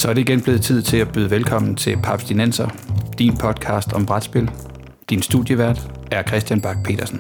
Så er det igen blevet tid til at byde velkommen til Papstinenser, din podcast om brætspil. Din studievært er Christian Bak Petersen.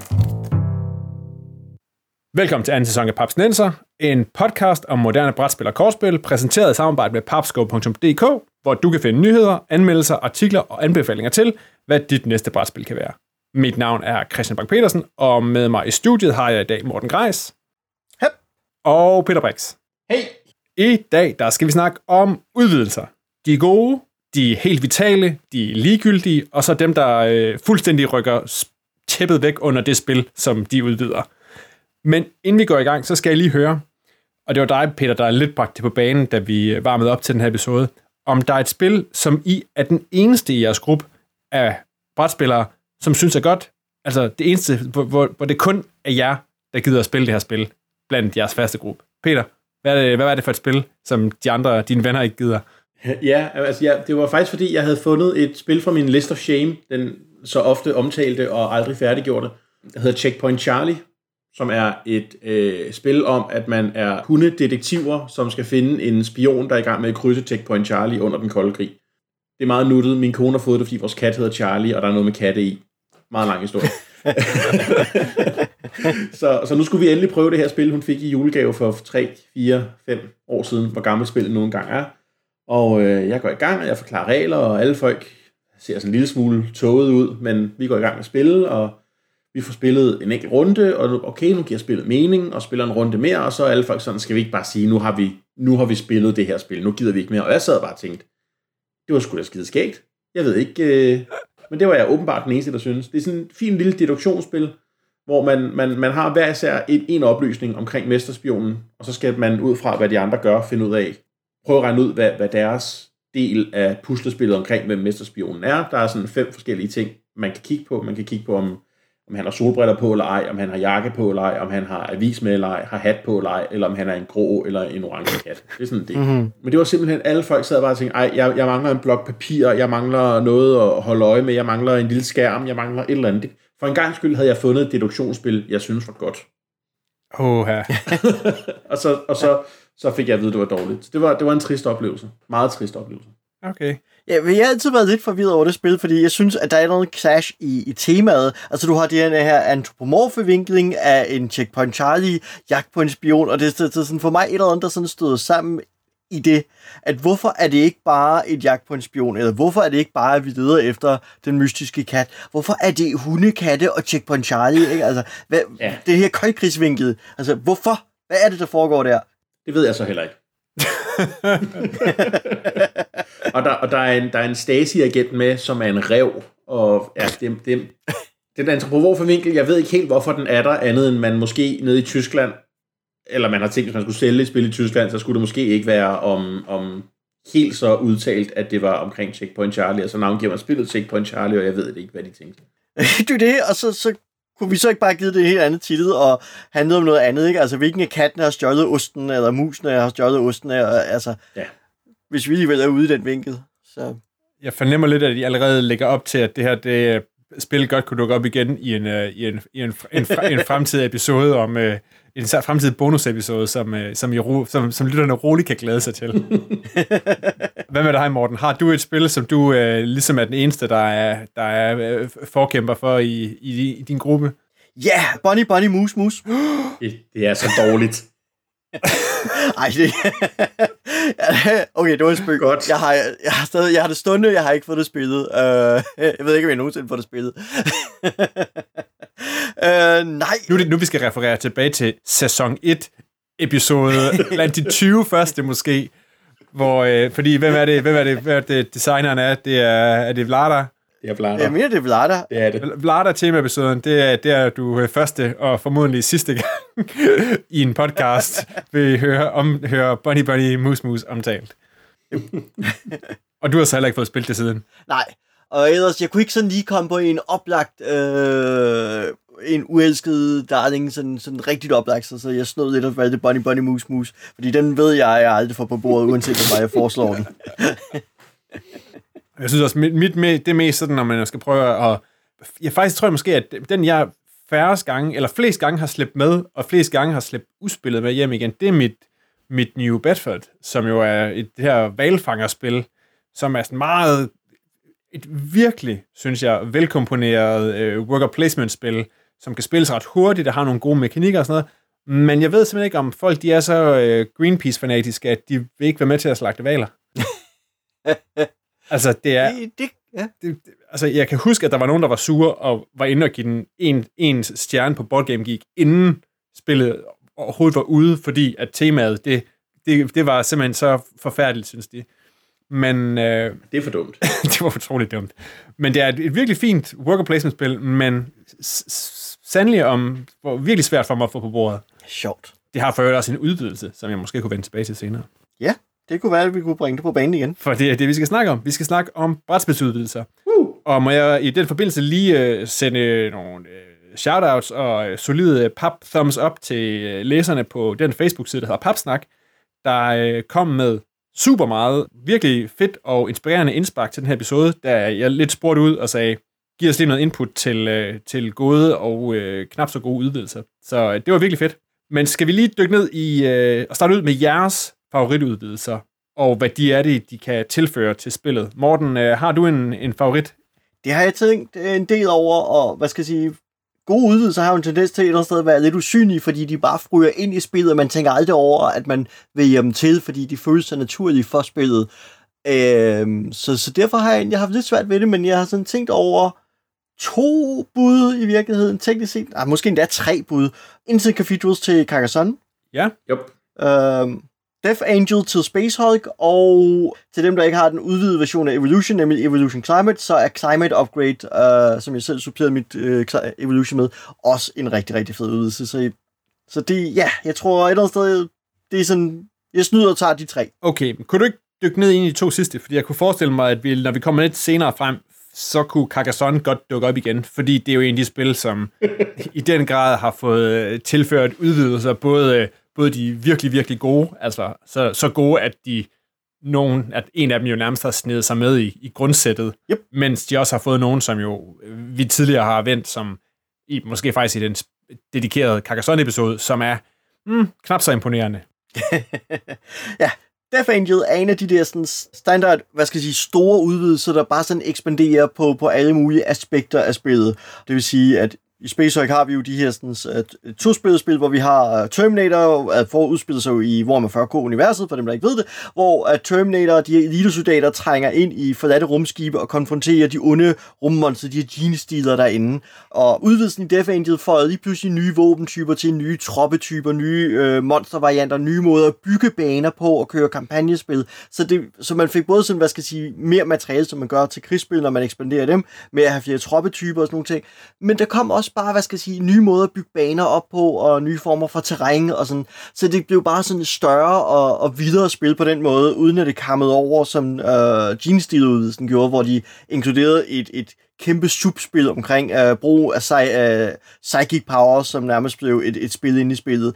Velkommen til anden sæson af Papstinenser, en podcast om moderne brætspil og kortspil, præsenteret i samarbejde med papsco.dk, hvor du kan finde nyheder, anmeldelser, artikler og anbefalinger til, hvad dit næste brætspil kan være. Mit navn er Christian Bak Petersen, og med mig i studiet har jeg i dag Morten Greis. Hep. Og Peter Brix. Hey. I dag der skal vi snakke om udvidelser. De er gode, de er helt vitale, de er ligegyldige, og så dem, der fuldstændig rykker tæppet væk under det spil, som de udvider. Men inden vi går i gang, så skal jeg lige høre, og det var dig, Peter, der er lidt bragt det på banen, da vi varmede op til den her episode, om der er et spil, som I er den eneste i jeres gruppe af brætspillere, som synes er godt. Altså det eneste, hvor det kun er jer, der gider at spille det her spil, blandt jeres faste gruppe. Peter, hvad var det for et spil, som de andre, dine venner, ikke gider? Det var faktisk, fordi jeg havde fundet et spil fra min List of Shame, den så ofte omtalte og aldrig færdiggjorte. Det hedder Checkpoint Charlie, som er et spil om, at man er hundedetektiver, som skal finde en spion, der er i gang med at krydse Checkpoint Charlie under den kolde krig. Det er meget nuttet. Min kone har fået det, fordi vores kat hedder Charlie, og der er noget med katte i. Meget lang historie. så nu skulle vi endelig prøve det her spil, hun fik i julegave for 3, 4, 5 år siden, hvor gammelt spillet nogle gange er. Og jeg går i gang, og jeg forklarer regler, og alle folk ser sådan en lille smule tåget ud, men vi går i gang med at spille, og vi får spillet en enkelt runde, og okay, nu giver spillet mening, og spiller en runde mere, og så er alle folk sådan, skal vi ikke bare sige, nu har vi spillet det her spil, nu gider vi ikke mere. Og jeg sad bare og tænkte, det var sgu da skide skægt. Jeg ved ikke, men det var jeg åbenbart den eneste, der synes. Det er sådan et fint lille deduktionsspil, hvor man har hver især en oplysning omkring mesterspionen, og så skal man ud fra, hvad de andre gør, finde ud af, prøve at regne ud, hvad deres del af puslespillet omkring, hvem mesterspionen er. Der er sådan 5 forskellige ting, man kan kigge på. Man kan kigge på, om han har solbriller på eller ej, om han har jakke på eller ej, om han har avis med eller ej, har hat på eller ej, eller om han er en grå eller en orange kat. Det er sådan det. Mm-hmm. Men det var simpelthen, alle folk sad bare og tænkte, jeg mangler en blok papir, jeg mangler noget at holde øje med, jeg mangler en lille skærm, jeg mangler et eller andet. For en gang skyld havde jeg fundet et deduktionsspil, jeg synes var godt. og så fik jeg at vide, det var dårligt. Det var en trist oplevelse. Meget trist oplevelse. Okay. Ja, men jeg har altid været lidt forvirret over det spil, fordi jeg synes, at der er noget clash i temaet. Altså, du har den her antropomorfe vinkling af en Checkpoint Charlie, jagt på en spion, og det er sådan for mig et eller andet, der sådan støder sammen i det, at hvorfor er det ikke bare et jagt på en spion, eller hvorfor er det ikke bare, at vi leder efter den mystiske kat? Hvorfor er det hunde, katte og Checkpoint Charlie, ikke? Altså, det her koldkrigsvinkel, altså, hvorfor? Hvad er det, der foregår der? Det ved jeg så heller ikke. og der er en Stasi-agent med, som er en ræv, og den antropomorfe vinkel, jeg ved ikke helt, hvorfor den er der, andet end man måske nede i Tyskland, eller man har tænkt, hvis man skulle sælge et spil i Tyskland, så skulle det måske ikke være om helt så udtalt, at det var omkring Checkpoint Charlie, og så navngiver man spillet Checkpoint Charlie, og jeg ved ikke, hvad de tænkte. Det er det, og så kunne vi så ikke bare give det et helt andet titel og handle om noget andet, ikke? Altså, hvilken af kattene har stjålet osten, eller musene har stjålet osten, altså, ja. Hvis vi alligevel er ude i den vinkel, så... Jeg fornemmer lidt, at I allerede lægger op til, at det her spil godt kunne dukke op igen i en fremtidig episode om en fremtidig bonusepisode, som lytterne roligt kan glæde sig til. Hvad med dig, Morten? Har du et spil, som du ligesom er den eneste, der er forkæmper for i din gruppe? Ja, Bunny, Moose. Det er så dårligt. Ej, det... Okay, det var en spil. Godt. Jeg har det stående, jeg har ikke fået det spillet. Jeg ved ikke, om jeg nogensinde får det spillet. Nej. Nu vi skal referere tilbage til sæson 1 episode, blandt de 20 første måske, hvor, fordi hvem er det designeren er? Er det Vlada? Det er Vlada. Jeg mener, det er Vlada. Det er det. Vlada tema-episoden, det er du første og formodentlig sidste gang i en podcast vil høre Bunny Moose omtalt. Og du har så heller ikke fået spillet det siden. Nej, og ellers, jeg kunne ikke sådan lige komme på en oplagt, en uelsket darling, sådan rigtigt oplagt, så jeg snød lidt og valgte Bunny Moose, fordi den ved jeg aldrig får på bordet, uanset hvor jeg foreslår den. Jeg synes også, det er mest sådan, når man skal prøve at... Jeg faktisk tror måske, at den jeg flest gange har slæbt med, og flest gange har slæbt uspillet med hjem igen, det er mit Mit New Bedford, som jo er det her hvalfangerspil, som er sådan meget et virkelig, synes jeg, velkomponeret worker placement-spil, som kan spilles ret hurtigt, der har nogle gode mekanikker og sådan noget. Men jeg ved simpelthen ikke, om folk de er så Greenpeace-fanatiske, at de vil ikke være med til at slagte hvaler. Altså, det er... Altså, jeg kan huske, at der var nogen, der var sure og var inde og give den en stjerne på Board Game Geek, inden spillet overhovedet var ude, fordi at temaet, det var simpelthen så forfærdeligt, synes de. Men... det er for dumt. Det var utroligt dumt. Men det er et virkelig fint worker placement-spil, men sandelig virkelig svært for mig at få på bordet. Sjovt. Det har for øvrigt også en udvidelse, som jeg måske kunne vende tilbage til senere. Ja, det kunne være, at vi kunne bringe det på banen igen. For det er det, vi skal snakke om. Vi skal snakke om brætspilsudvidelser. Og må jeg i den forbindelse lige sende nogle shoutouts og solide thumbs up til læserne på den Facebook-side, der hedder Papsnak, der kom med super meget, virkelig fedt og inspirerende indspark til den her episode, da jeg lidt spurgte ud og sagde, giv os lige noget input til gode og knap så gode udvidelser. Så det var virkelig fedt. Men skal vi lige dykke ned i og starte ud med jeres favoritudvidelser, og hvad de kan tilføre til spillet. Morten, har du en favorit? Det har jeg tænkt en del over, og hvad skal jeg sige, gode udvidelser har jo en tendens til et eller andet sted at være lidt usynlige, fordi de bare fryger ind i spillet, og man tænker aldrig over, at man vil hjemme til, fordi de føles så naturlige for spillet. Så derfor har jeg haft lidt svært ved det, men jeg har sådan tænkt over 2 bud i virkeligheden, teknisk set. Måske endda 3 bud. Instant Cathedrals til Carcassonne. Ja. Yep. Death Angel til Space Hulk, og til dem, der ikke har den udvidede version af Evolution, nemlig Evolution Climate, så er Climate Upgrade, som jeg selv supplerede mit Evolution med, også en rigtig, rigtig fed udvidelse. Så det, ja, jeg tror et eller andet sted, det er sådan, jeg snyder og tager de 3. Okay, kunne du ikke dykke ned ind i de 2 sidste? Fordi jeg kunne forestille mig, at når vi kommer lidt senere frem, så kunne Carcassonne godt dukke op igen, fordi det er jo en af de spil, som i den grad har fået tilført udvidelser, både de virkelig, virkelig gode, altså så gode, at en af dem jo nærmest har snedet sig med i grundsættet, yep. Mens de også har fået nogen, som jo vi tidligere har vendt, som måske faktisk i den dedikerede Carcassonne-episode, som er knap så imponerende. Ja, Death Angel er en af de der sådan standard, store udvidelser, der bare sådan ekspanderer på alle mulige aspekter af spillet. Det vil sige, at i Space Hulk har vi jo de her sådan, 2-spil, hvor vi har Terminator, for udspillet sig jo i Warhammer 40K-universet, for dem, der ikke ved det, hvor Terminator og de her elitesoldater trænger ind i forladte rumskibe og konfronterer de onde rummonster, de her genestiler derinde. Og udvidelsen i Death Angel får lige pludselig nye våbentyper til, nye troppetyper, nye monstervarianter, nye måder at bygge baner på og køre kampagnespil. Så man fik både sådan, mere materiale, som man gør til krigsspil, når man ekspanderer dem, med at have flere troppetyper og sådan nogle ting. Men der kom også bare, nye måder at bygge baner op på, og nye former for terræn og sådan. Så det blev bare sådan større og videre spil på den måde, uden at det kammede over, som Genestealer-udvidelsen gjorde, hvor de inkluderede et kæmpe subspil omkring brug af psychic power, som nærmest blev et spil inde i spillet.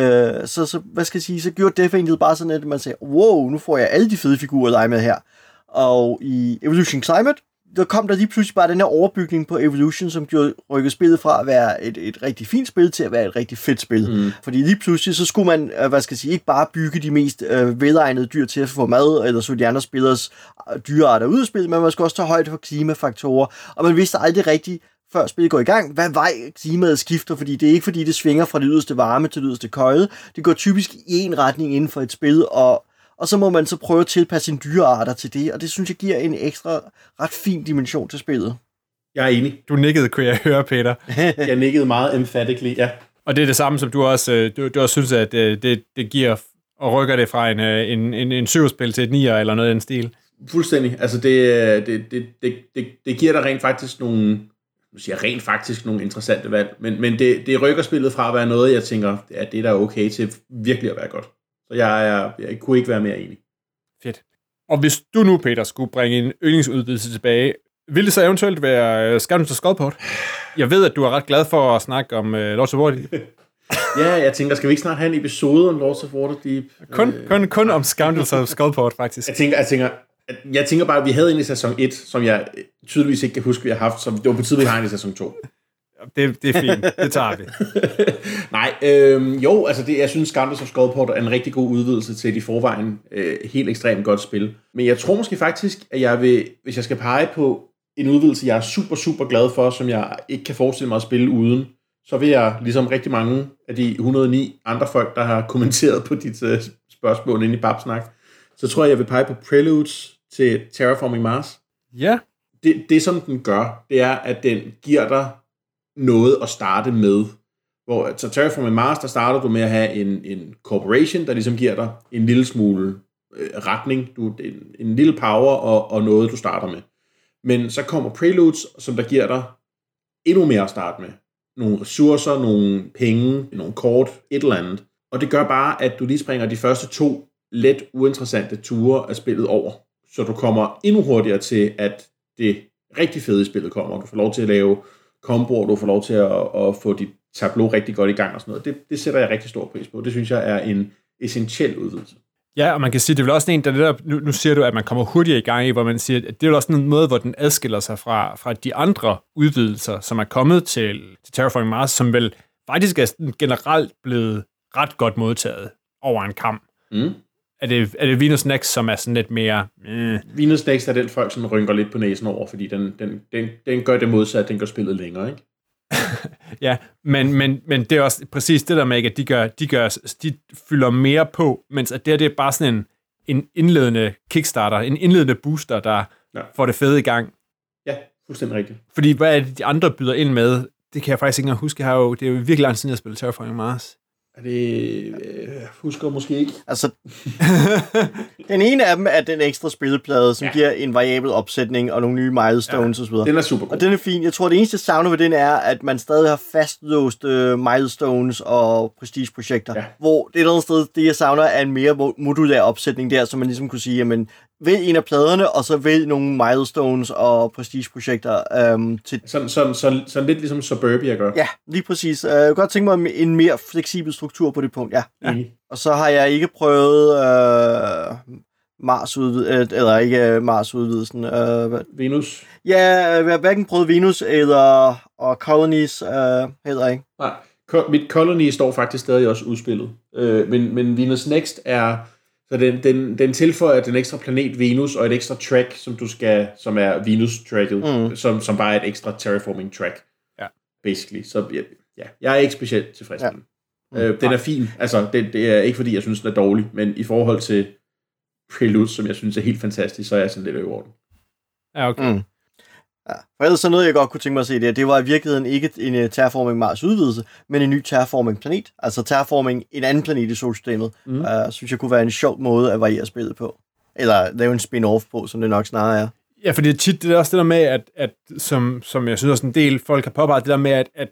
Så gjorde Death Angel bare sådan, at man sagde, wow, nu får jeg alle de fede figurer at lege med her. Og i Evolution Climate, der kom der lige pludselig bare den her overbygning på Evolution, som gjorde rykket spillet fra at være et rigtig fint spil til at være et rigtig fedt spil. Fordi lige pludselig, så skulle man, ikke bare bygge de mest velegnede dyr til at få mad, eller så de andre spillers dyrearter ud af spillet, men man skulle også tage højde for klimafaktorer, og man vidste aldrig rigtigt, før spillet går i gang, hvad vej klimaet skifter, fordi det er ikke fordi, det svinger fra det yderste varme til det yderste kolde. Det går typisk i en retning inden for et spil, og så må man så prøve at tilpasse sine dyrearter til det, og det synes jeg giver en ekstra ret fin dimension til spillet. Jeg er enig. Du nikkede, kunne jeg høre, Peter. Jeg nikkede meget emphatically, ja. Og det er det samme, som du også, du også synes, at det giver og rykker det fra en 7-spil til et 9'er eller noget af den stil. Fuldstændig. Altså det giver dig rent faktisk nogle interessante valg, men det rykker spillet fra at være noget, jeg tænker, at det er okay til virkelig at være godt. Så jeg kunne ikke være mere enig. Fedt. Og hvis du nu, Peter, skulle bringe en yndlingsudvidelse tilbage, vil det så eventuelt være Scoundrels of Skullport? Jeg ved, at du er ret glad for at snakke om Lords of Waterdeep. Ja, jeg tænker, skal vi ikke snart have en episode om Lords of Waterdeep? Kun om Scoundrels of Skullport, faktisk. Jeg tænker bare, at vi havde en i sæson 1, som jeg tydeligvis ikke kan huske, vi har haft, som det var på tide, vi har en i sæson 2. Det er fint. Det tager vi. Nej, jo, altså jeg synes, Scoundrels of Skullport er en rigtig god udvidelse til de forvejen helt ekstremt godt spil. Men jeg tror måske faktisk, at jeg vil, hvis jeg skal pege på en udvidelse, jeg er super, super glad for, som jeg ikke kan forestille mig at spille uden, så vil jeg, ligesom rigtig mange af de 109 andre folk, der har kommenteret på dit spørgsmål inde i Babsnak, så tror jeg vil pege på Preludes til Terraforming Mars. Ja. Det, som den gør, det er, at den giver dig noget at starte med. Så Terraforming Mars, der starter du med at have en corporation, der ligesom giver dig en lille smule retning, en lille power og noget, du starter med. Men så kommer Preludes, som der giver dig endnu mere at starte med. Nogle ressourcer, nogle penge, nogle kort, et eller andet. Og det gør bare, at du lige springer de første 2 let uinteressante ture af spillet over. Så du kommer endnu hurtigere til, at det rigtig fede i spillet kommer. Du får lov til at lave komboer, du får lov til at få dit tableau rigtig godt i gang og sådan noget. Det sætter jeg rigtig stor pris på. Det synes jeg er en essentiel udvidelse. Ja, og man kan sige, det er vel også en, der nu siger du, at man kommer hurtigere i gang i, hvor man siger, at det er jo også en måde, hvor den adskiller sig fra de andre udvidelser, som er kommet til Terraforming Mars, som vel faktisk er generelt blevet ret godt modtaget over en kam. Mm. Er det Venus Next, som er sådan lidt mere... Venus Next er den folk, som rynker lidt på næsen over, fordi den gør det modsat, den gør spillet længere, ikke? Ja, men det er også præcis det der med, at de fylder mere på, mens at det er bare sådan en indledende kickstarter, en indledende booster, der får det fede i gang. Ja, fuldstændig rigtigt. Fordi hvad er det, de andre byder ind med? Det kan jeg faktisk ikke engang huske. Det er jo virkelig lang tid, jeg har spillet Terraforming Mars. Er det... husker måske ikke. Altså, den ene af dem er den ekstra spilleplade, som giver en variabel opsætning og nogle nye milestones osv. Den er super god. Og den er fin. Jeg tror, det eneste savner ved den er, at man stadig har fastlåste milestones og prestigeprojekter. Ja. Hvor det et eller andet sted, det jeg savner, er en mere modulær opsætning der, så man ligesom kunne sige, jamen, vælg en af pladerne, og så vælg nogle milestones og prestigeprojekter. Til... Sådan lidt ligesom Suburbia gør. Ja, lige præcis. Jeg kunne godt tænke mig en mere fleksibel struktur på det punkt, ja. Og så har jeg ikke prøvet Mars-udvidelsen. Venus? Ja, jeg har hverken prøvet Venus eller Colonies, heller ikke. Nej, mit Colony står faktisk stadig også udspillet. Men Venus Next er... Så den tilføjer den ekstra planet Venus og et ekstra track, som er Venus-tracket, som bare er et ekstra terraforming track, basically. Så ja, jeg er ikke specielt tilfreds med den. Den er fin. Altså, det er ikke fordi, jeg synes, den er dårlig, men i forhold til Prelude, som jeg synes er helt fantastisk, så er jeg sådan lidt over den. Ja, okay. Ja. For ellers så noget, jeg godt kunne tænke mig at se det var i virkeligheden ikke en Terraforming Mars udvidelse, men en ny Terraforming planet. Altså Terraforming en anden planet i solsystemet. Synes jeg kunne være en sjov måde at variere spillet på. Eller lave en spin-off på, som det nok snarere er. Ja, fordi tit det er også det der med, at som jeg synes også en del folk har påpeget, det der med, at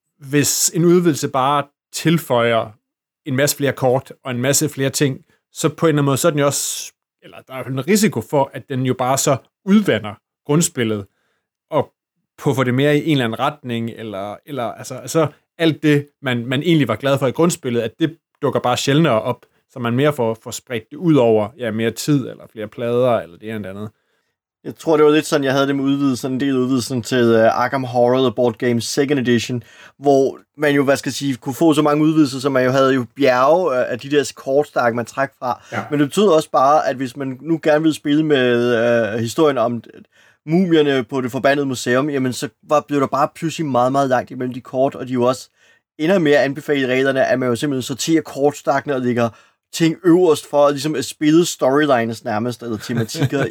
hvis en udvidelse bare tilføjer en masse flere kort og en masse flere ting, så på en eller anden måde, så er den jo også, eller der er en risiko for, at den jo bare så udvander grundspillet, og på få det mere i en eller anden retning, eller altså alt det, man egentlig var glad for i grundspillet, at det dukker bare sjældnere op, så man mere får spredt det ud over mere tid, eller flere plader, eller det ene eller andet. Jeg tror, det var lidt sådan, jeg havde det med udvidelsen, en del udvidelsen til Arkham Horror The Board Game 2nd Edition, hvor man jo, kunne få så mange udvidelser, som man jo havde jo bjerge af de der kortstak, man træk fra. Ja. Men det betyder også bare, at hvis man nu gerne vil spille med historien om mumierne på det forbandede museum, jamen så blev der bare pludselig meget, meget langt imellem de kort, og de jo også ender med at anbefale reglerne, at man jo simpelthen sorterer kortstakkene og lægger ting øverst for ligesom at spille storylines nærmest, eller tematikker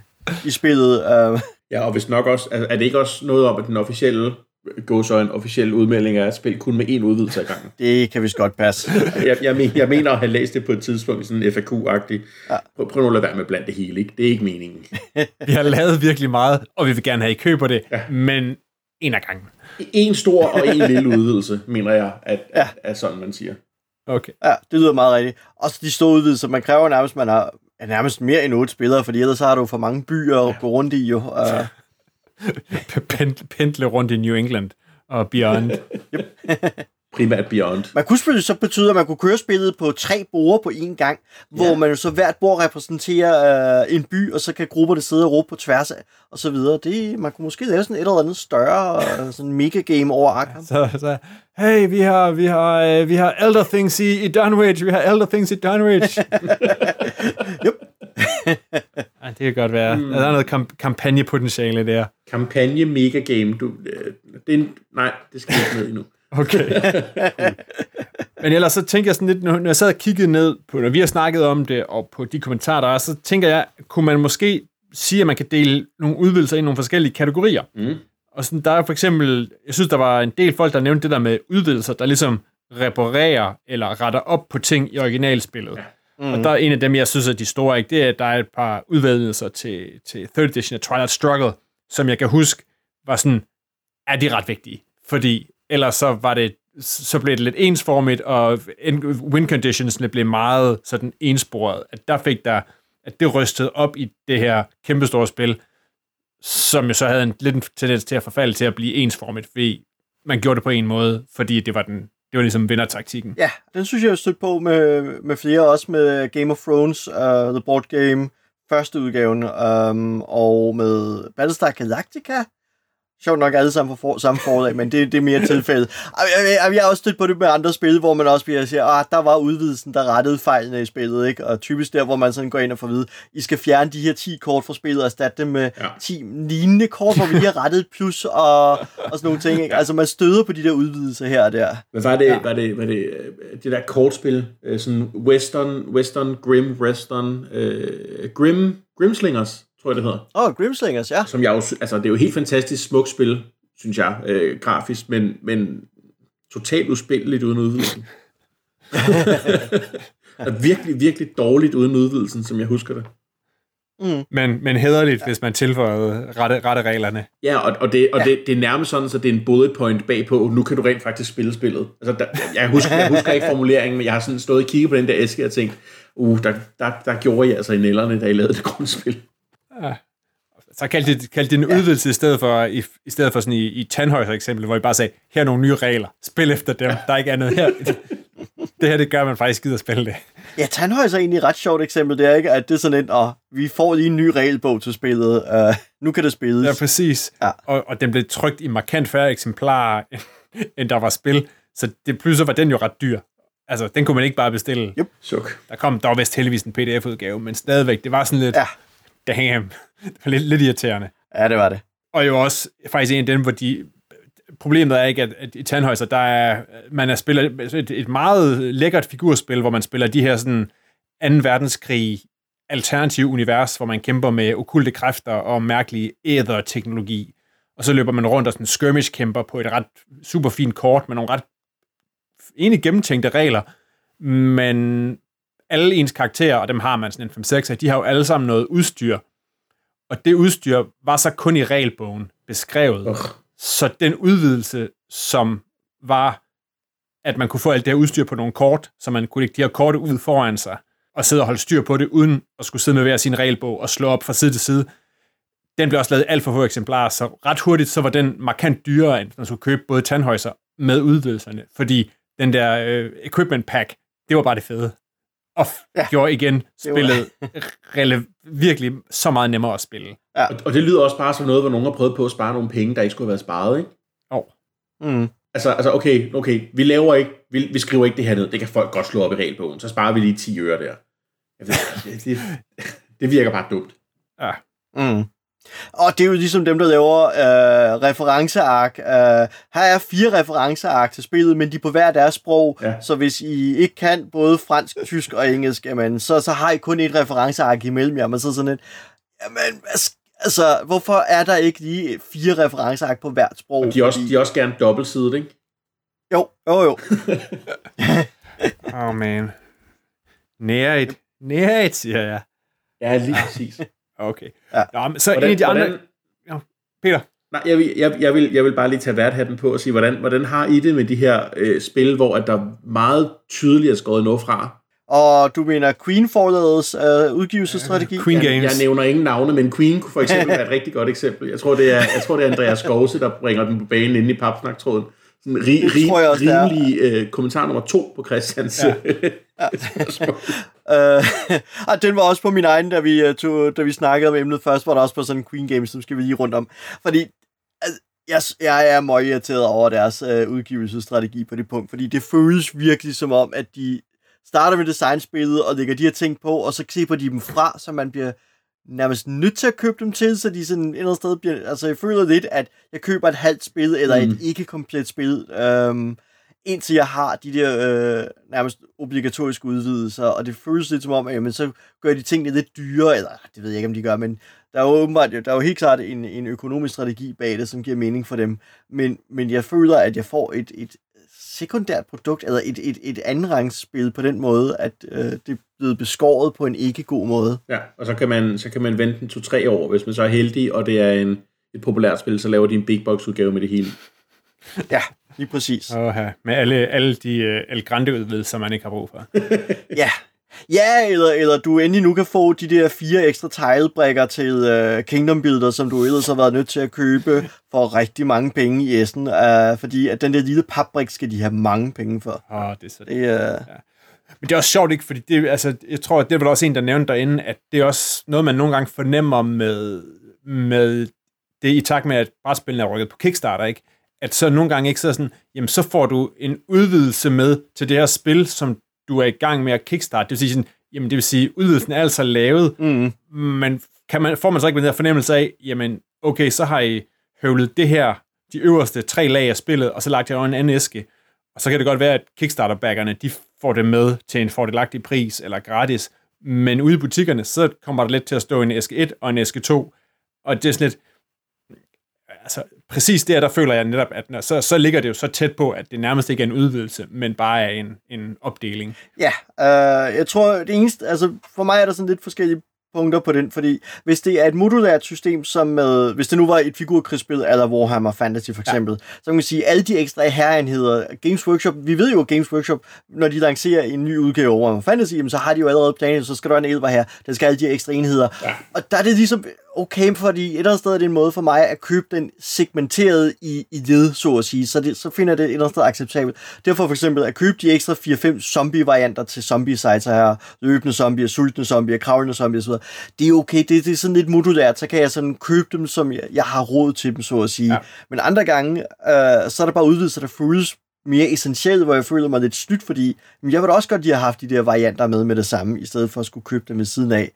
i spillet. Ja, og hvis nok også, er det ikke også noget om, at den officielle officiel udmelding er at spille kun med én udvidelse ad gangen? Det kan vist godt passe. jeg mener at have læst det på et tidspunkt, sådan FAQ-agtigt. Ja. Prøv nu at lade være med blandt det hele, ikke? Det er ikke meningen. Vi har lavet virkelig meget, og vi vil gerne have I køber det, men en af gangen. En stor og en lille udvidelse, mener jeg, at er sådan, man siger. Okay. Ja, det lyder meget rigtigt. Også de store udvidelser, man kræver nærmest, man har nærmest mere end 8 spillere, fordi ellers har du for mange byer at gå rundt i jo. Pendle rundt i New England og beyond. primært Beyond. Man kunne selvfølgelig så betyde, at man kunne køre spillet på 3 borde på én gang, hvor man jo så hvert bord repræsenterer en by, og så kan grupperne sidde og råbe på tværs af, og så videre. Man kunne måske lave sådan et eller andet større sådan mega-game over Arkham. Så hey, vi har Elder Things i Dunwich, vi har Elder Things i Dunwich. Yep. Ja, det kan godt være. Der er noget kampagnepotentiale der. Kampagne mega game. Nej, det skal ikke ned endnu. Okay. Men ellers så tænker jeg sådan lidt, når jeg sad og kiggede ned på, når vi har snakket om det, og på de kommentarer, der er, så tænker jeg, kunne man måske sige, at man kan dele nogle udvidelser i nogle forskellige kategorier. Og sådan, der er for eksempel, jeg synes, der var en del folk, der nævnte det der med udvidelser, der ligesom reparerer eller retter op på ting i originalspillet. Ja. Og der er en af dem, jeg synes er de store, ikke? Det er, at der er et par udvidelser til 3rd edition af Twilight Struggle, som jeg kan huske, var sådan, er de ret vigtige? Fordi ellers så blev det lidt ensformigt, og win conditionsne blev meget sådan ensporet. At der fik der, at det rystede op i det her kæmpestore spil, som jo så havde lidt en tendens til at forfalde til at blive ensformigt, fordi man gjorde det på en måde, fordi det var ligesom vindertaktikken. Ja, den synes jeg har stødt på med flere, også med Game of Thrones, The Board Game, første udgaven, og med Battlestar Galactica. Sjovt nok alle sammen på samme forlag, men det er mere tilfældet. Jeg har også stødt på det med andre spil, hvor man også bliver siger, der var udvidelsen, der rettede fejlene i spillet, ikke? Og typisk der, hvor man sådan går ind og får at vide, I skal fjerne de her 10 kort fra spillet og erstatte dem med 10 lignende kort, hvor vi lige har rettet et plus og sådan nogle ting, ikke? Altså man støder på de der udvidelser her og der. Men var det der kortspil, sådan Western Grimslingers, tror jeg det hedder. Grimslingers, ja. Som jeg jo, altså det er jo helt fantastisk smukt spil, synes jeg, grafisk, men totalt uspilleligt uden udvidelsen. virkelig, virkelig dårligt uden udvidelsen, som jeg husker det. Men hæderligt, hvis man tilføjede rette reglerne. Ja, og det er nærmest sådan, så det er en bullet point bagpå, nu kan du rent faktisk spille spillet. Altså, jeg husker ikke formuleringen, men jeg har sådan stået og kigget på den der æske og tænkt, der gjorde jeg altså i nælderne, da I lavede det grundspil. Ja. Så kaldte det en udvidelse i stedet for sådan i Tannhäuser eksempel, hvor I bare sagde, her er nogle nye regler, spil efter dem, der er ikke andet her. Det her, det gør man faktisk gider at spille det. Ja, Tannhäuser er egentlig et ret sjovt eksempel, det er ikke, at det er sådan et, vi får lige en ny regelbog til spillet, nu kan det spilles. Ja, præcis. Ja. Og den blev trykt i markant færre eksemplarer, end der var spil, så det pludselig var den jo ret dyr. Altså, den kunne man ikke bare bestille. Yep. Der var vist heldigvis en pdf-udgave, men stadigvæk, det var sådan lidt, damn, det var lidt irriterende. Ja, det var det. Og jo også faktisk en af dem, hvor problemet er ikke, at i Tannhäuser, man spiller et meget lækkert figurspil, hvor man spiller de her sådan 2. verdenskrig alternative univers, hvor man kæmper med okkulte kræfter og mærkelig æder-teknologi. Og så løber man rundt og sådan skirmish-kæmper på et ret super fint kort med nogle ret egentlig gennemtænkte regler, men alle ens karakterer, og dem har man sådan en 5-6, de har jo alle sammen noget udstyr, og det udstyr var så kun i regelbogen beskrevet. Så den udvidelse, som var, at man kunne få alt det her udstyr på nogle kort, så man kunne lægge de her kort ud foran sig, og sidde og holde styr på det, uden at skulle sidde med hver sin regelbog og slå op fra side til side, den blev også lavet alt for få eksemplarer, så ret hurtigt så var den markant dyrere, end man skulle købe både Tannhäuser med udvidelserne, fordi den der equipment pack, det var bare det fede. Og gjorde igen spillet virkelig så meget nemmere at spille. Ja. Og det lyder også bare som noget, hvor nogen har prøvet på at spare nogle penge, der ikke skulle have været sparet, ikke? Altså okay, vi laver ikke, vi skriver ikke det her ned, det kan folk godt slå op i regelbogen, så sparer vi lige 10 øre der. Det virker bare dumt. Ja. Og det er jo ligesom dem, der laver referenceark. Her er 4 referenceark til spillet, men de er på hver deres sprog. Ja. Så hvis I ikke kan både fransk, tysk og engelsk, jamen, så har I kun et referenceark imellem jer. Men så sådan et, jamen, altså, hvorfor er der ikke lige 4 referenceark på hvert sprog? Og de er også gerne dobbeltsidet, ikke? Jo. Man. Næret, siger jeg. Ja, lige præcis. Okay. Ja. Nå, så en af de andre... Ja, Peter? Nej, jeg vil bare lige tage værthatten på og sige, hvordan har I det med de her spil, hvor at der meget tydeligt er skåret noget fra? Og du mener Queen-forladets udgivelsesstrategi? Queen Games. Jeg nævner ingen navne, men Queen kunne for eksempel være et rigtig godt eksempel. Jeg tror, det er Andreas Skovse, der bringer den på banen inde i papsnaktråden. rimelig kommentar nummer 2 på Christians spørgsmål. Den var også på min egen, da vi snakkede om emnet først, var der også på sådan en Queen Games, som skal vi lige rundt om. Fordi jeg er meget irriteret over deres udgivelsesstrategi på det punkt, fordi det føles virkelig som om, at de starter med designspillet og lægger de her ting på, og så klipper de dem fra, så man bliver nærmest nødt til at købe dem til, så de sådan et eller andet sted bliver... Altså, jeg føler lidt, at jeg køber et halvt spil, eller et ikke-komplet spil, indtil jeg har de der nærmest obligatoriske udvidelser, og det føles lidt som om, at jamen, så gør de tingene lidt dyrere, eller det ved jeg ikke, om de gør, men der er jo åbenbart, der er jo helt klart en økonomisk strategi bag det, som giver mening for dem, men jeg føler, at jeg får et sekundært produkt, eller et andenrangsspil på den måde, at det er blevet beskåret på en ikke god måde. Ja, og så kan man vente 2-3 år, hvis man så er heldig, og det er et populært spil, så laver de en big box udgave med det hele. Ja, lige præcis. Med alle de El Grande-udvidelser, man ikke har brug for. Ja, eller du endelig nu kan få de der 4 ekstra tilebrikker til Kingdom Builder, som du ellers har været nødt til at købe for rigtig mange penge i Essen, fordi at den der lille papbrik skal de have mange penge for. Det er så det. Ja. Men det er også sjovt, ikke? Fordi jeg tror, at det var også en, der nævnte derinde, at det er også noget, man nogle gange fornemmer med det i takt med, at brætspillene er rykket på Kickstarter, ikke? At så nogle gange ikke så sådan, jamen så får du en udvidelse med til det her spil, som du er i gang med at kickstarte. Det vil sige sådan, jamen det vil sige, udvidelsen er altså lavet, men får man så ikke den her fornemmelse af, jamen okay, så har I høvlet det her, de øverste 3 lag af spillet, og så lagt jeg over en anden æske. Og så kan det godt være, at Kickstarter-backerne, de får det med til en fordelagtig pris, eller gratis, men ude i butikkerne, så kommer der lidt til at stå en æske 1 og en æske 2, og det er sådan lidt, altså præcis der føler jeg netop, at så ligger det jo så tæt på, at det nærmest ikke er en udvidelse, men bare er en opdeling. Ja, jeg tror det eneste, altså for mig er der sådan lidt forskellige punkter på den, fordi hvis det er et modulært system, som hvis det nu var et figurkrigsspil, eller Warhammer Fantasy for eksempel, så kan man sige, alle de ekstra herrenheder, Games Workshop, vi ved jo, at Games Workshop, når de lancerer en ny udgave af Warhammer Fantasy, så har de jo allerede planer, så skal der være en elver her, der skal alle de ekstra enheder. Ja. Og der er det ligesom okay, fordi et eller andet sted er det en måde for mig at købe den segmenteret i led, så at sige, så finder det et eller andet sted acceptabelt. Derfor for eksempel at købe de ekstra 4-5 zombie-varianter til zombie-sites her, løbende zombier, sultne zombier, kravlende zombier osv. Det er okay, det er sådan lidt modulært, så kan jeg sådan købe dem, som jeg har råd til dem, så at sige. Ja. Men andre gange, så er der bare udvidelser, der føles mere essentielt, hvor jeg føler mig lidt snydt, fordi jeg vil da også godt lige have haft de der varianter med det samme, i stedet for at skulle købe dem ved siden af.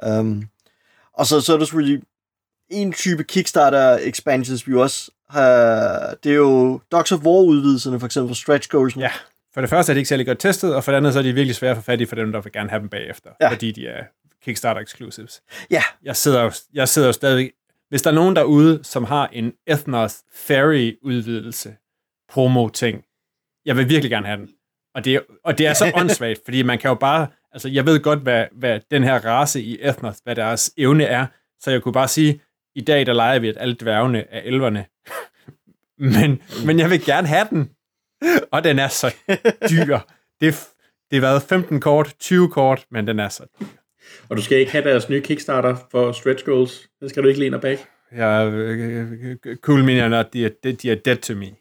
Og så er der selvfølgelig en type Kickstarter expansions, vi også har, det er jo Dogs of War udvidelserne, for eksempel for stretch goals. Ja, for det første er de ikke særlig godt testet, og for det andet så er de virkelig svære at få fat i for dem, der vil gerne have dem bagefter, fordi de er Kickstarter exclusives. Ja. Jeg sidder jo stadig, hvis der er nogen derude, som har en Ethnos Fairy udvidelse promo-ting, jeg vil virkelig gerne have den. Og det er så åndssvagt, fordi man kan jo bare, altså jeg ved godt, hvad den her race i Ethnos, hvad deres evne er, så jeg kunne bare sige, i dag der leger vi, at alle dværgene er elverne. men jeg vil gerne have den. Og den er så dyr. Det har været 15 kort, 20 kort, men den er så dyr. Og du skal ikke have deres nye Kickstarter for stretch goals. Den skal du ikke læne bag. Ja, cool minion, not de er dead to me.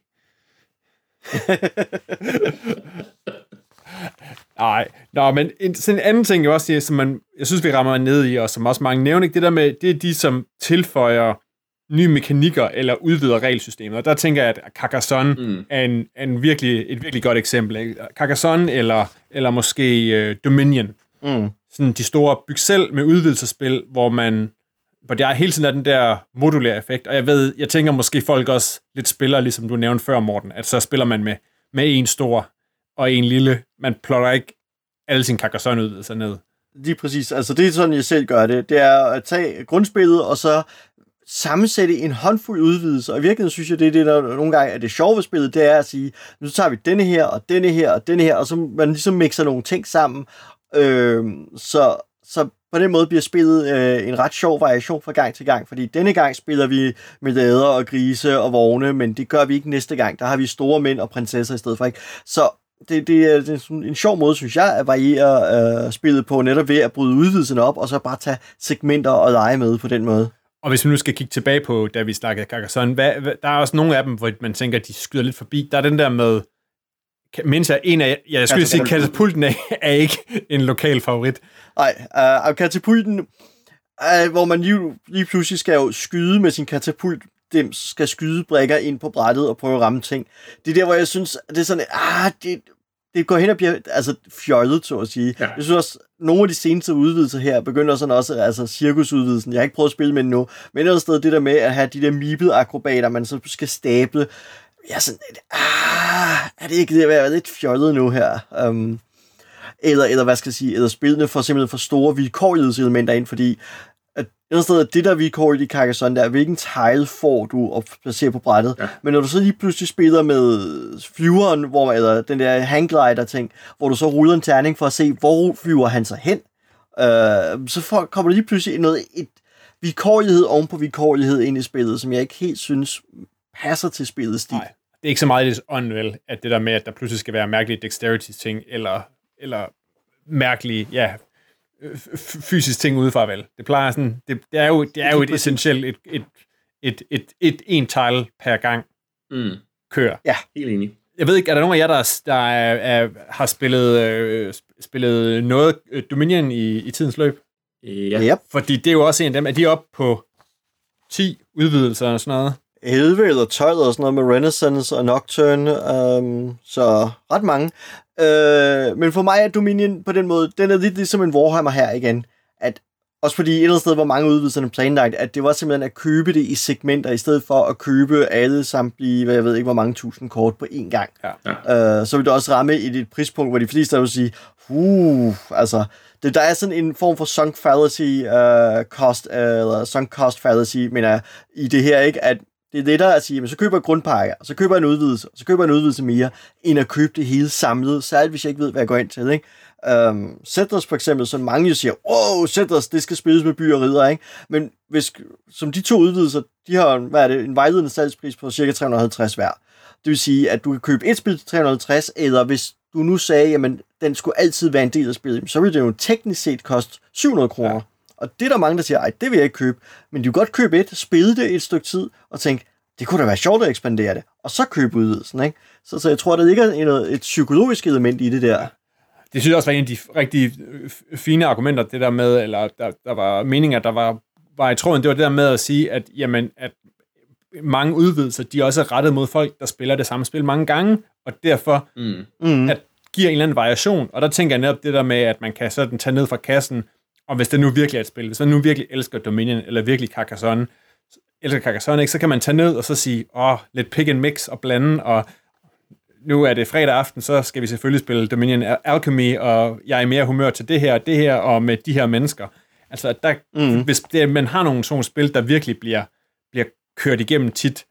Nej, men sådan en anden ting, jeg også siger, som jeg synes, vi rammer ned i, og som også mange nævner, det der med, det er de, som tilføjer nye mekanikker eller udvider regelsystemet. Og der tænker jeg, at Carcassonne er et virkelig godt eksempel. Ikke? Carcassonne eller måske Dominion. Sådan de store byg selv med udvidelsespil, hvor der hele tiden er den der modulære effekt. Og jeg tænker måske folk også lidt spiller, ligesom du nævnte før, Morten, at så spiller man med en stor og en lille. Man plotter ikke alle sine Carcassonne-udvidelser ned. Lige præcis. Altså det er sådan, jeg selv gør det. Det er at tage grundspillet, og så sammensætte en håndfuld udvidelser. Og i virkeligheden synes jeg, det er det, der nogle gange er det sjove ved spillet, det er at sige, nu tager vi denne her, og denne her, og denne her, og så man ligesom mixer nogle ting sammen. Så på den måde bliver spillet en ret sjov variation fra gang til gang, fordi denne gang spiller vi med lader og grise og vogne, men det gør vi ikke næste gang. Der har vi store mænd og prinsesser i stedet for, ikke? Så det er en sjov måde, synes jeg, at variere spillet på, netop ved at bryde udvidelserne op, og så bare tage segmenter og lege med på den måde. Og hvis vi nu skal kigge tilbage på, da vi snakkede Carcassonne, der er også nogle af dem, hvor man tænker, at de skyder lidt forbi. Der er den der med, mindst jeg skulle sige, katapulten er ikke en lokal favorit. Nej, katapulten, hvor man lige pludselig skal jo skyde med sin katapult, dem skal skyde brikker ind på brættet og prøve at ramme ting. Det er der, hvor jeg synes, det er sådan, det går hen og bliver fjollet, så at sige. Ja. Jeg synes også, nogle af de seneste udvidelser her begynder sådan også, cirkusudvidelsen. Jeg har ikke prøvet at spille med den nu, men et sted det der med at have de der meeple-akrobater, man så skal stable. Jeg er sådan, er det ikke det at være lidt fjollet nu her? Eller hvad skal jeg sige, eller spillene får simpelthen for store vilkårlighedselementer ind, fordi et sted det der vilkårligt i Carcassonne, der er, hvilken tile får du at placere på brættet. Ja. Men når du så lige pludselig spiller med flyveren, eller den der hangglider-ting, hvor du så ruller en terning for at se, hvor flyver han sig hen, så kommer der lige pludselig et vilkårlighed oven på vilkårlighed ind i spillet, som jeg ikke helt synes passer til spillets stil. Nej, det er ikke så meget det åndvel, at det der med, at der pludselig skal være mærkelige dexterity-ting, eller mærkelige, fysisk ting udefra, vel. Det plejer sådan, det er jo et essentielt en tile per gang kører. Ja, helt enig. Jeg ved ikke, er der nogen af jer, der har spillet noget Dominion i tidens løb? Ja. Yep. Fordi det er jo også en af dem, er de oppe på 10 udvidelser og sådan noget? 11 eller 12 eller sådan noget med Renaissance og Nocturne, så ret mange. Men for mig er Dominion på den måde, den er lidt ligesom en Warhammer her igen, at også fordi et eller andet sted var mange udvidelserne planlagt, at det var simpelthen at købe det i segmenter, i stedet for at købe alle samtlige, jeg ved ikke hvor mange tusind kort på én gang. Ja. Så vil det også ramme i et prispunkt, hvor de fleste vil sige, der er sådan en form for sunk fallacy cost, eller sunk cost fallacy, mener jeg, i det her, ikke, at det er lettere at sige, men så køber jeg grundpakker, så køber jeg en udvidelse, så køber jeg en udvidelse mere, end at købe det hele samlet, særligt hvis jeg ikke ved, hvad jeg går ind til, ikke? Settlers for eksempel, så mange jo siger, Settlers, det skal spilles med by og ridder, ikke? Men som de 2 udvidelser, de har, en vejledende salgspris på cirka 350 hver. Det vil sige, at du kan købe et spil til 350, eller hvis du nu sagde, jamen, den skulle altid være en del af spillet, så ville det jo teknisk set koste 700 kroner. Ja. Og det er der mange, der siger, det vil jeg ikke købe. Men de kan godt købe spille det et stykke tid, og tænke, det kunne da være sjovt at ekspandere det, og så købe udvidelsen, ikke? Så jeg tror, der ligger et psykologisk element i det der. Det synes jeg også var en af de rigtig fine argumenter, det der med, eller der var meningen, at der var i tråden, det var det der med at sige, at, jamen, at mange udvidelser, de også er rettet mod folk, der spiller det samme spil mange gange, og derfor at giver en eller anden variation, og der tænker jeg netop det der med, at man kan sådan tage ned fra kassen, og hvis det nu virkelig er et spil, hvis man nu virkelig elsker Dominion, eller virkelig Carcassonne, ikke, så kan man tage ned og så sige, lidt pick and mix og blande, og nu er det fredag aften, så skal vi selvfølgelig spille Dominion Alchemy, og jeg er mere humør til det her, og med de her mennesker. Altså, hvis man har nogle sådan spil, der virkelig bliver kørt igennem tit,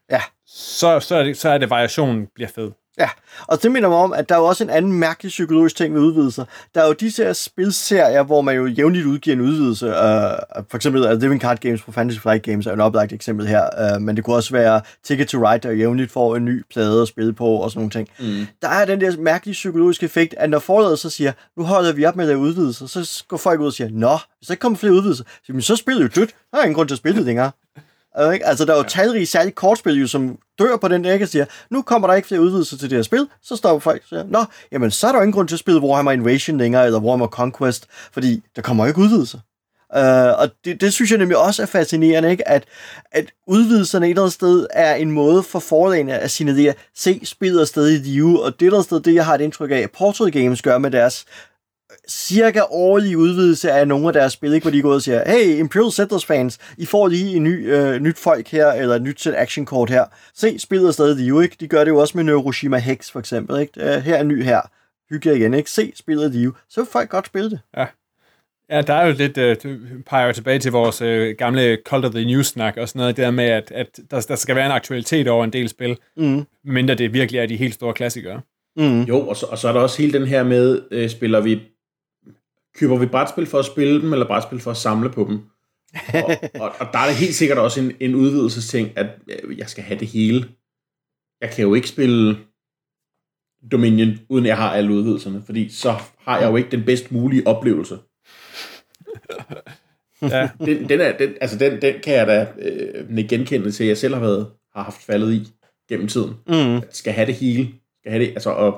så er det variationen bliver fed. Ja, og det minder mig om, at der er jo også en anden mærkelig psykologisk ting ved udvidelser. Der er jo disse her spilserier, hvor man jo jævnligt udgiver en udvidelse. For eksempel Living Card Games på Fantasy Flight Games er en oplagt eksempel her. Men det kunne også være Ticket to Ride, der jævnligt får en ny plade at spille på og sådan nogle ting. Der er den der mærkelige psykologiske effekt, at når forlaget så siger, nu holder vi op med at lave udvidelser, så går folk ud og siger, hvis der ikke kommer flere udvidelser, så spiller jo dødt. Der er ingen grund til at spille det længere. Altså, der er jo talrige særligt kortspil, som dør på den der, og siger, nu kommer der ikke flere udvidelser til det her spil, så stopper folk og siger, jamen, så er der jo ingen grund til at spille Warhammer Invasion længere, eller Warhammer Conquest, fordi der kommer jo ikke udvidelser. Og det synes jeg nemlig også er fascinerende, ikke? At udvidelserne et eller andet sted er en måde for forlagene at signalere, se, spillet er stadig i live, og det er et eller andet sted, det jeg har et indtryk af, at Portal Games gør med deres cirka årlige udvidelse af nogle af deres spil, ikke? Hvor de går ud og siger, hey, Imperial Settlers fans, I får lige en nyt folk her, eller et nyt set actionkort her. Se, spillet er stadig live, ikke? De gør det jo også med Neuroshima Hex, for eksempel, ikke? Her er en ny her. Hygge jer igen, ikke? Se, spillet er live. Så vil folk godt spille det. Ja, der er jo lidt, peger tilbage til vores gamle Cult of the News-snak, og sådan noget, det der med, at der skal være en aktualitet over en del spil, mindre det virkelig er de helt store klassikere. Jo, og så er der også hele den her med, køber vi brætspil for at spille dem, eller brætspil for at samle på dem? og der er det helt sikkert også en udvidelsesting, at jeg skal have det hele. Jeg kan jo ikke spille Dominion, uden jeg har alle udvidelserne, fordi så har jeg jo ikke den bedst mulige oplevelse. Ja. Den kan jeg da genkende til, at jeg selv har haft faldet i gennem tiden. Skal have det hele. Skal have det, altså,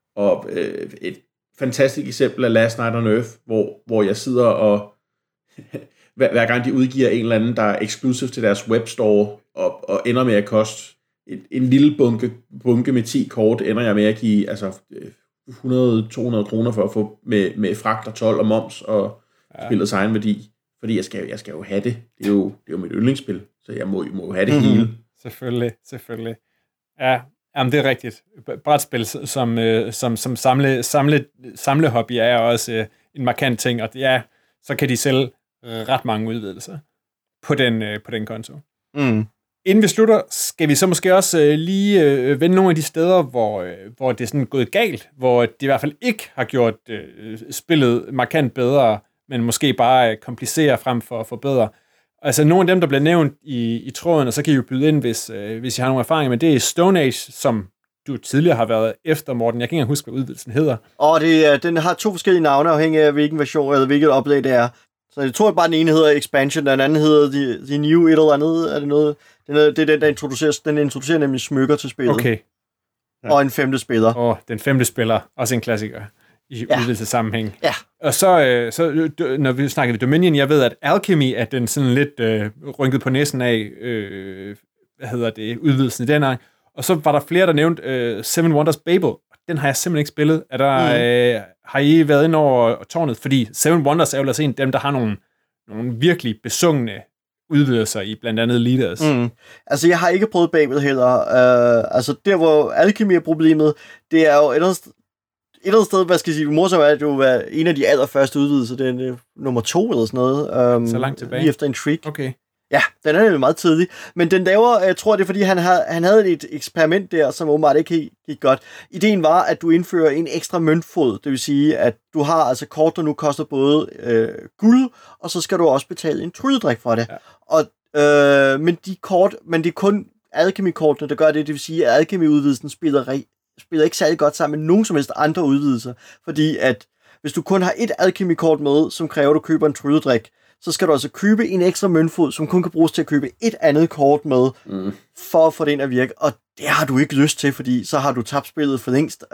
et fantastisk eksempel er Last Night on Earth, hvor jeg sidder og hver gang de udgiver en eller anden, der er exclusive til deres webstore, og ender med at koste en lille bunke med 10 kort, ender jeg med at give 100-200 kroner for at få med fragt og told og moms og spillets egen værdi. Fordi jeg skal jo have det. Det er jo mit yndlingsspil, så jeg må jo have det hele. Selvfølgelig. Ja, jamen det er rigtigt. Brætspil som samlehobby er også en markant ting, og så kan de sælge ret mange udvidelser på den konto. Inden vi slutter, skal vi så måske også lige vende nogle af de steder, hvor det er sådan gået galt, hvor det i hvert fald ikke har gjort spillet markant bedre, men måske bare komplicere frem for at forbedre. Altså nogle af dem, der bliver nævnt i tråden, og så kan I jo byde ind, hvis I har nogle erfaringer, men det er Stone Age, som du tidligere har været efter, Morten. Jeg kan ikke engang huske, hvad udvidelsen hedder. Den har 2 forskellige navne, afhængig af hvilken version eller hvilket oplag det er. Så jeg tror bare, den ene hedder Expansion, den anden hedder The New et eller andet. Er det noget? Det er den, der introducerer nemlig smykker til spillet. Okay. Ja. Og en 5. spiller. Den 5. spiller, også en klassiker i udvidelsessammenhæng. Ja. Og så når vi snakker ved Dominion, jeg ved, at Alchemy er den sådan lidt rynket på næsen af, udvidelsen i den her. Og så var der flere, der nævnte Seven Wonders Babel. Den har jeg simpelthen ikke spillet. Har I været inde over tårnet? Fordi Seven Wonders er jo altså en af dem, der har nogle virkelig besungne udvidelser i blandt andet Leaders. Altså, jeg har ikke prøvet Babel heller. Altså, der hvor Alchemy er problemet, det er jo et eller andet sted, hvad skal jeg sige, morsomt er, at det var en af de allerførste udvidelser, det er nummer 2 eller sådan noget. Så langt tilbage? Lige efter Intrigue. Okay. Ja, den er nemlig meget tidlig. Men den laver, jeg tror, det er fordi, han havde et eksperiment der, som åbenbart ikke gik godt. Ideen var, at du indfører en ekstra møntfod. Det vil sige, at du har altså kort, der nu koster både guld, og så skal du også betale en trylledrik for det. Ja. Men det er kun Alchemy-kortene, der gør det. Det vil sige, at Alchemy-udvidelsen spiller ikke særlig godt sammen med nogen som helst andre udvidelser. Fordi at hvis du kun har et Alchemy-kort med, som kræver, at du køber en trylledrik, så skal du altså købe en ekstra møntfod, som kun kan bruges til at købe et andet kort med, for at få det ind at virke. Og det har du ikke lyst til, fordi så har du tabt spillet for længst.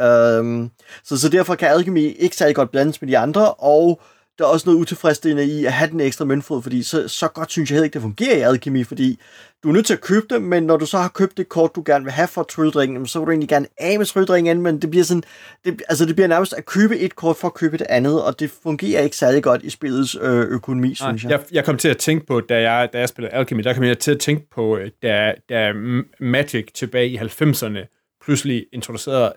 Så derfor kan Alchemy ikke særlig godt blandes med de andre, og der er også noget utilfredsstillende i at have den ekstra møntfod, fordi så godt synes jeg heller ikke, det fungerer i Alchemy, fordi du er nødt til at købe det, men når du så har købt det kort, du gerne vil have for trylledrikken, så vil du egentlig gerne af med trylledrikken, men det bliver sådan, det bliver nærmest at købe et kort for at købe det andet, og det fungerer ikke særlig godt i spillets økonomi, synes jeg. Jeg kom til at tænke på, da jeg spillede Alchemy, der kom jeg til at tænke på, da Magic tilbage i 90'erne pludselig introducerede,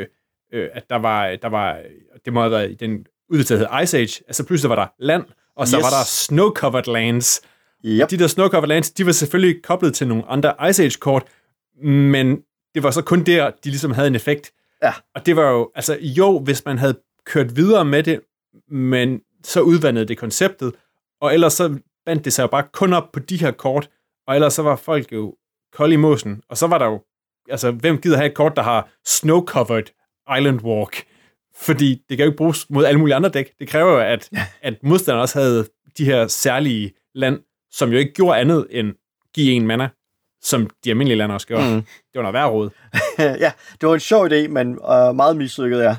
at der var, det må have været i den udvidelse, der hed Ice Age, altså pludselig var der land, og så var der snow-covered lands. Yep. De der snow-covered lands, de var selvfølgelig koblet til nogle andre Ice Age-kort, men det var så kun der, de ligesom havde en effekt. Ja. Og det var jo, hvis man havde kørt videre med det, men så udvandede det konceptet, og ellers så bandt det sig jo bare kun op på de her kort, og ellers så var folk jo kold i måsen, og så var der jo, hvem gider have et kort, der har snow-covered Island Walk? Fordi det kan jo ikke bruges mod alle mulige andre dæk. Det kræver jo, at modstanderne også havde de her særlige land, som jo ikke gjorde andet end give en mana, som de almindelige lande også gjorde. Det var noget værre råd. Ja, det var en sjov idé, men meget mislykket, ja.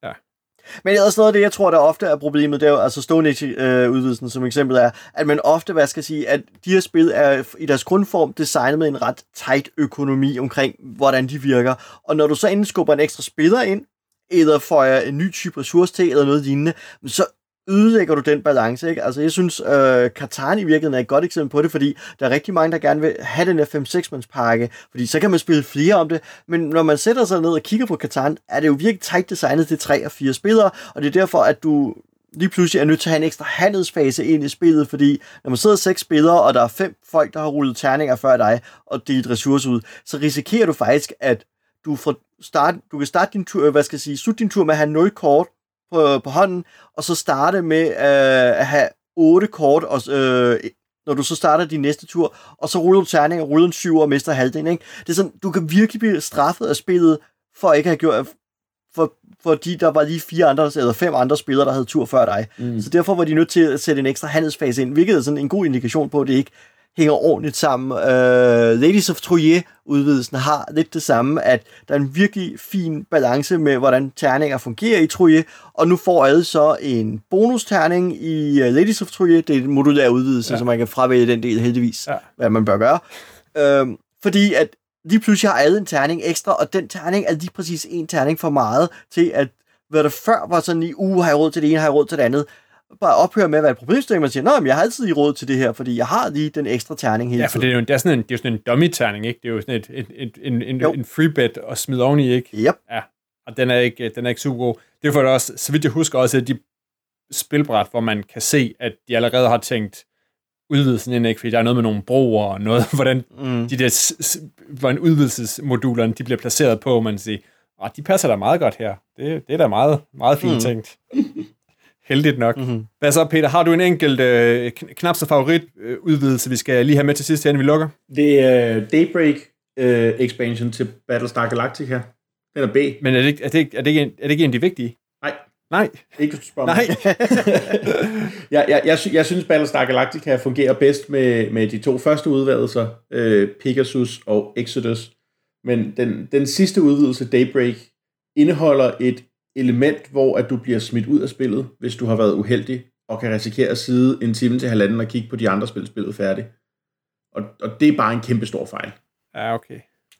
Men ellers noget af det, jeg tror, der ofte er problemet, det er jo, altså Stone Age-udvidelsen som eksempel er, at man ofte, at de her spil er i deres grundform designet med en ret tight økonomi omkring, hvordan de virker. Og når du så endelig skubber en ekstra spiller ind, eller får en ny type ressource til, eller noget lignende, så ødelægger du den balance, ikke? Altså, jeg synes, Catan i virkeligheden er et godt eksempel på det, fordi der er rigtig mange, der gerne vil have den her 5-6-mandspakke, fordi så kan man spille flere om det, men når man sætter sig ned og kigger på Catan, er det jo virkelig tight designet til 3 og 4 spillere, og det er derfor, at du lige pludselig er nødt til at have en ekstra handelsfase ind i spillet, fordi når man sidder 6 spillere, og der er 5 folk, der har rullet terninger før dig, og delt ressourcer ud, så risikerer du faktisk, at du kan starte din tur, slutte din tur med at have 0 kort på hånden, og så starte med at have 8 kort, og, når du så starter din næste tur, og så ruller du terninger, ruller en 7 og mister halvdelen, ikke? Det er sådan, du kan virkelig blive straffet af spillet, for ikke at have gjort, fordi der var lige 4 andre, eller 5 andre spillere, der havde tur før dig. Så derfor var de nødt til at sætte en ekstra handelsfase ind, hvilket er sådan en god indikation på, at det ikke hænger ordentligt sammen. Ladies of Troyes-udvidelsen har lidt det samme, at der er en virkelig fin balance med, hvordan terninger fungerer i Troyes, og nu får alle så en bonusterning i Ladies of Troyes. Det er en modulær udvidelse, så man kan fravælge den del heldigvis, hvad man bør gøre. Fordi at lige pludselig har alle en terning ekstra, og den terning er lige præcis en terning for meget til, at hvad der før var sådan i har jeg råd til det ene, har jeg råd til det andet, bare ophøre med at være et problemstilling, man siger, nå, men jeg har altid i råd til det her, fordi jeg har lige den ekstra terning hele tiden. Ja, for det er sådan en dummy-terning, ikke? Det er jo sådan en free bet at smide oveni, ikke? Yep. Ja, og den er ikke super god. Derfor er det også, så vidt jeg husker også, at de spilbræt, hvor man kan se, at de allerede har tænkt udvidelsen ind, ikke? Fordi der er noget med nogle broer og noget, hvordan hvordan udvidelsesmodulerne, de bliver placeret på, man siger, de passer da meget godt her. Det er da meget, meget fint tænkt. Heldigt nok. Hvad så, Peter? Har du en enkelt knap så favorit udvidelse, vi skal lige have med til sidst, inden vi lukker? Det er Daybreak expansion til Battlestar Galactica. Den er B. Men er det ikke en af de vigtige? Nej. Ikke hvis du spørger mig. Jeg synes, Battlestar Galactica fungerer bedst med de 2 første udvidelser, Pegasus og Exodus. Men den sidste udvidelse, Daybreak, indeholder et element, hvor at du bliver smidt ud af spillet, hvis du har været uheldig, og kan risikere at sidde 1 time til 1,5 og kigge på de andre spillet færdigt. Og det er bare en kæmpe stor fejl. Ja, okay.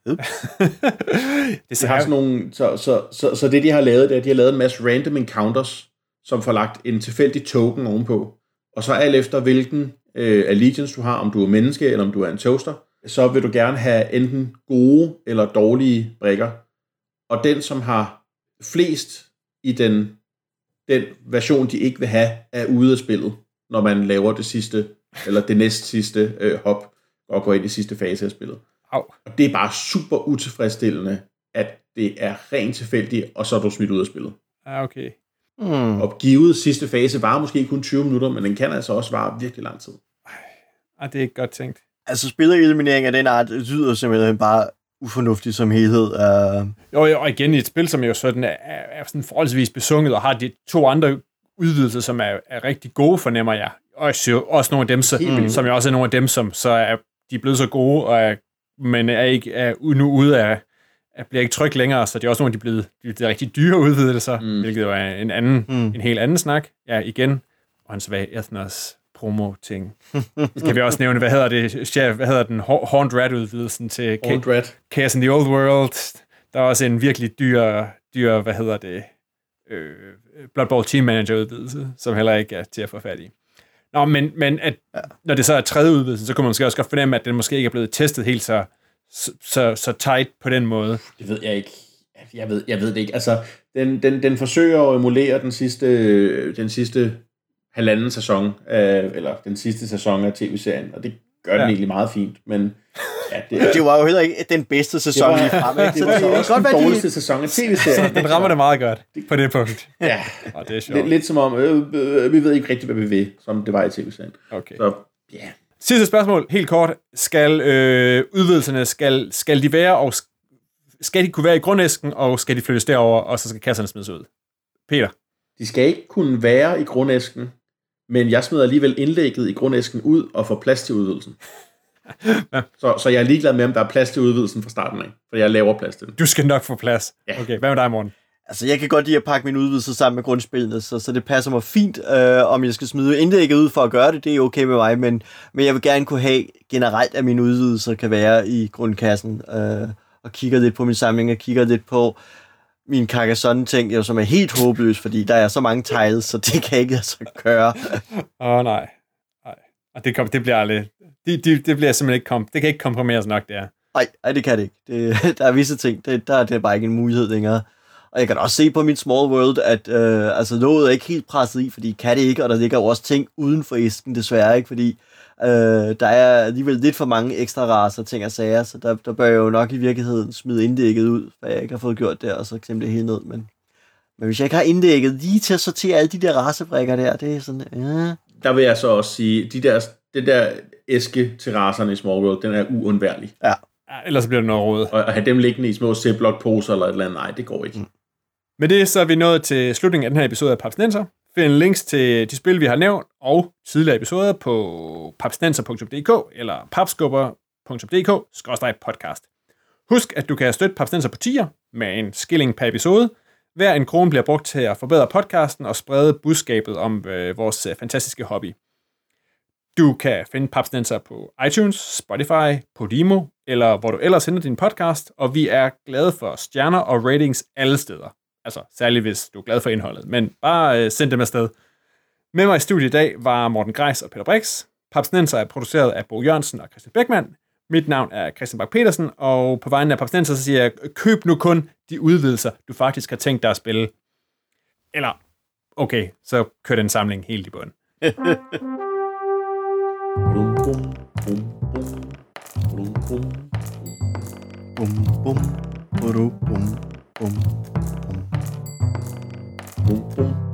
Det har sådan nogle, så det, de har lavet, det er, at de har lavet en masse random encounters, som får lagt en tilfældig token ovenpå. Og så alt efter, hvilken allegiance du har, om du er menneske, eller om du er en toaster, så vil du gerne have enten gode eller dårlige brikker. Og den, som har flest i den version, de ikke vil have, er ude af spillet, når man laver det sidste, eller det næst sidste hop, og går ind i sidste fase af spillet. Au. Og det er bare super utilfredsstillende, at det er rent tilfældigt, og så er du smidt ud af spillet. Ja, okay. Og givet sidste fase varer måske kun 20 minutter, men den kan altså også vare virkelig lang tid. Det er ikke godt tænkt. Altså, spillereliminering af den art lyder simpelthen bare ufornuftigt som helhed. Jo, og igen i et spil, som jo sådan er sådan forholdsvis besunget, og har de 2 andre udvidelser, som er rigtig gode, fornemmer jeg. Og også nogle af dem, som jo også er nogle af dem, som så er de er blevet så gode, men er nu ude af bliver ikke trygt længere, så det er også nogle af de blevet rigtig dyre udvidelser, hvilket jo er en helt anden snak. Ja, igen. Og en svag Ethnos promo-ting. Så kan vi også nævne, hvad hedder den? Horned Rat-udvidelsen til Chaos in the Old World. Der er også en virkelig dyr Blood Bowl Team Manager-udvidelse, som heller ikke er til at få fat i. Nå, men at, når det så er 3. udvidelse, så kunne man måske også godt fornemme, at den måske ikke er blevet testet helt så tight på den måde. Det ved jeg ikke. Jeg ved det ikke. Altså, den forsøger at emulere den sidste halvanden sæson, eller den sidste sæson af tv-serien, og det gør den egentlig meget fint, men det var jo heller ikke den bedste sæson lige frem. Det var så også den dårligste sæson af tv-serien. Den rammer det meget godt på det punkt. Ja, og det er sjovt. Lidt som om, vi ved ikke rigtigt, hvad vi vil, som det var i tv-serien. Okay. Så, yeah. Sidste spørgsmål, helt kort. Skal udvidelserne, skal de være, og skal de kunne være i grundæsken, og skal de flyttes derover, og så skal kasserne smides ud? Peter? De skal ikke kunne være i grundæsken, men jeg smider alligevel indlægget i grundæsken ud og får plads til udvidelsen. Ja. Så jeg er ligeglad med, om der er plads til udvidelsen fra starten af, for jeg laver plads til den. Du skal nok få plads. Ja. Okay, hvad med dig, Morten? Altså, jeg kan godt lide at pakke min udvidelse sammen med grundspillene, så det passer mig fint. Om jeg skal smide indlægget ud for at gøre det, det er okay med mig, men jeg vil gerne kunne have generelt, at mine udvidelser kan være i grundkassen, og kigger lidt på min samling, og kigger lidt på min Carcassonne-ting, som er helt håbløs, fordi der er så mange tiles, så det kan ikke altså gøre. Nej. Og det bliver aldrig... Det bliver simpelthen ikke... Det kan ikke komprimeres nok, det er. Nej, det kan det ikke. Der er visse ting, der er det bare ikke en mulighed længere. Og jeg kan også se på mit Small World, at låget er ikke helt presset i, fordi kan det ikke, og der ligger jo også ting uden for æsken, desværre ikke, fordi der er alligevel lidt for mange ekstra racer, ting og sager, så der bør jeg jo nok i virkeligheden smide inddækket ud, hvad jeg ikke har fået gjort der, og så klemme det hele ned, men hvis jeg ikke har inddækket lige til at sortere alle de der racebrikker der, det er sådan... Der vil jeg så også sige, den der æske til racerne i Small World, den er uundværlig. Ja, ellers bliver det noget råd. Og at have dem liggende i små Ziploc-poser eller et eller andet, nej, det går ikke. Med det så er vi nået til slutningen af den her episode af Papstinenser. Find links til de spil, vi har nævnt, og tidligere episoder på papstinenser.dk eller papskubber.dk/podcast. Husk, at du kan støtte Papstinenser på tier med en skilling per episode. Hver en krone bliver brugt til at forbedre podcasten og sprede budskabet om vores fantastiske hobby. Du kan finde Papstinenser på iTunes, Spotify, Podimo, eller hvor du ellers sender din podcast, og vi er glade for stjerner og ratings alle steder. Altså, særligt hvis du er glad for indholdet, men bare send dem afsted. Med mig i studiet i dag var Morten Greis og Peter Brix. Papstinenser er produceret af Bo Jørgensen og Christian Beckmann. Mit navn er Christian Bak Petersen, og på vegne af Papstinenser så siger jeg, køb nu kun de udvidelser, du faktisk har tænkt dig at spille. Eller, okay, så kør den samling helt i bund. Bum, bum, bum, bum, bum, bum.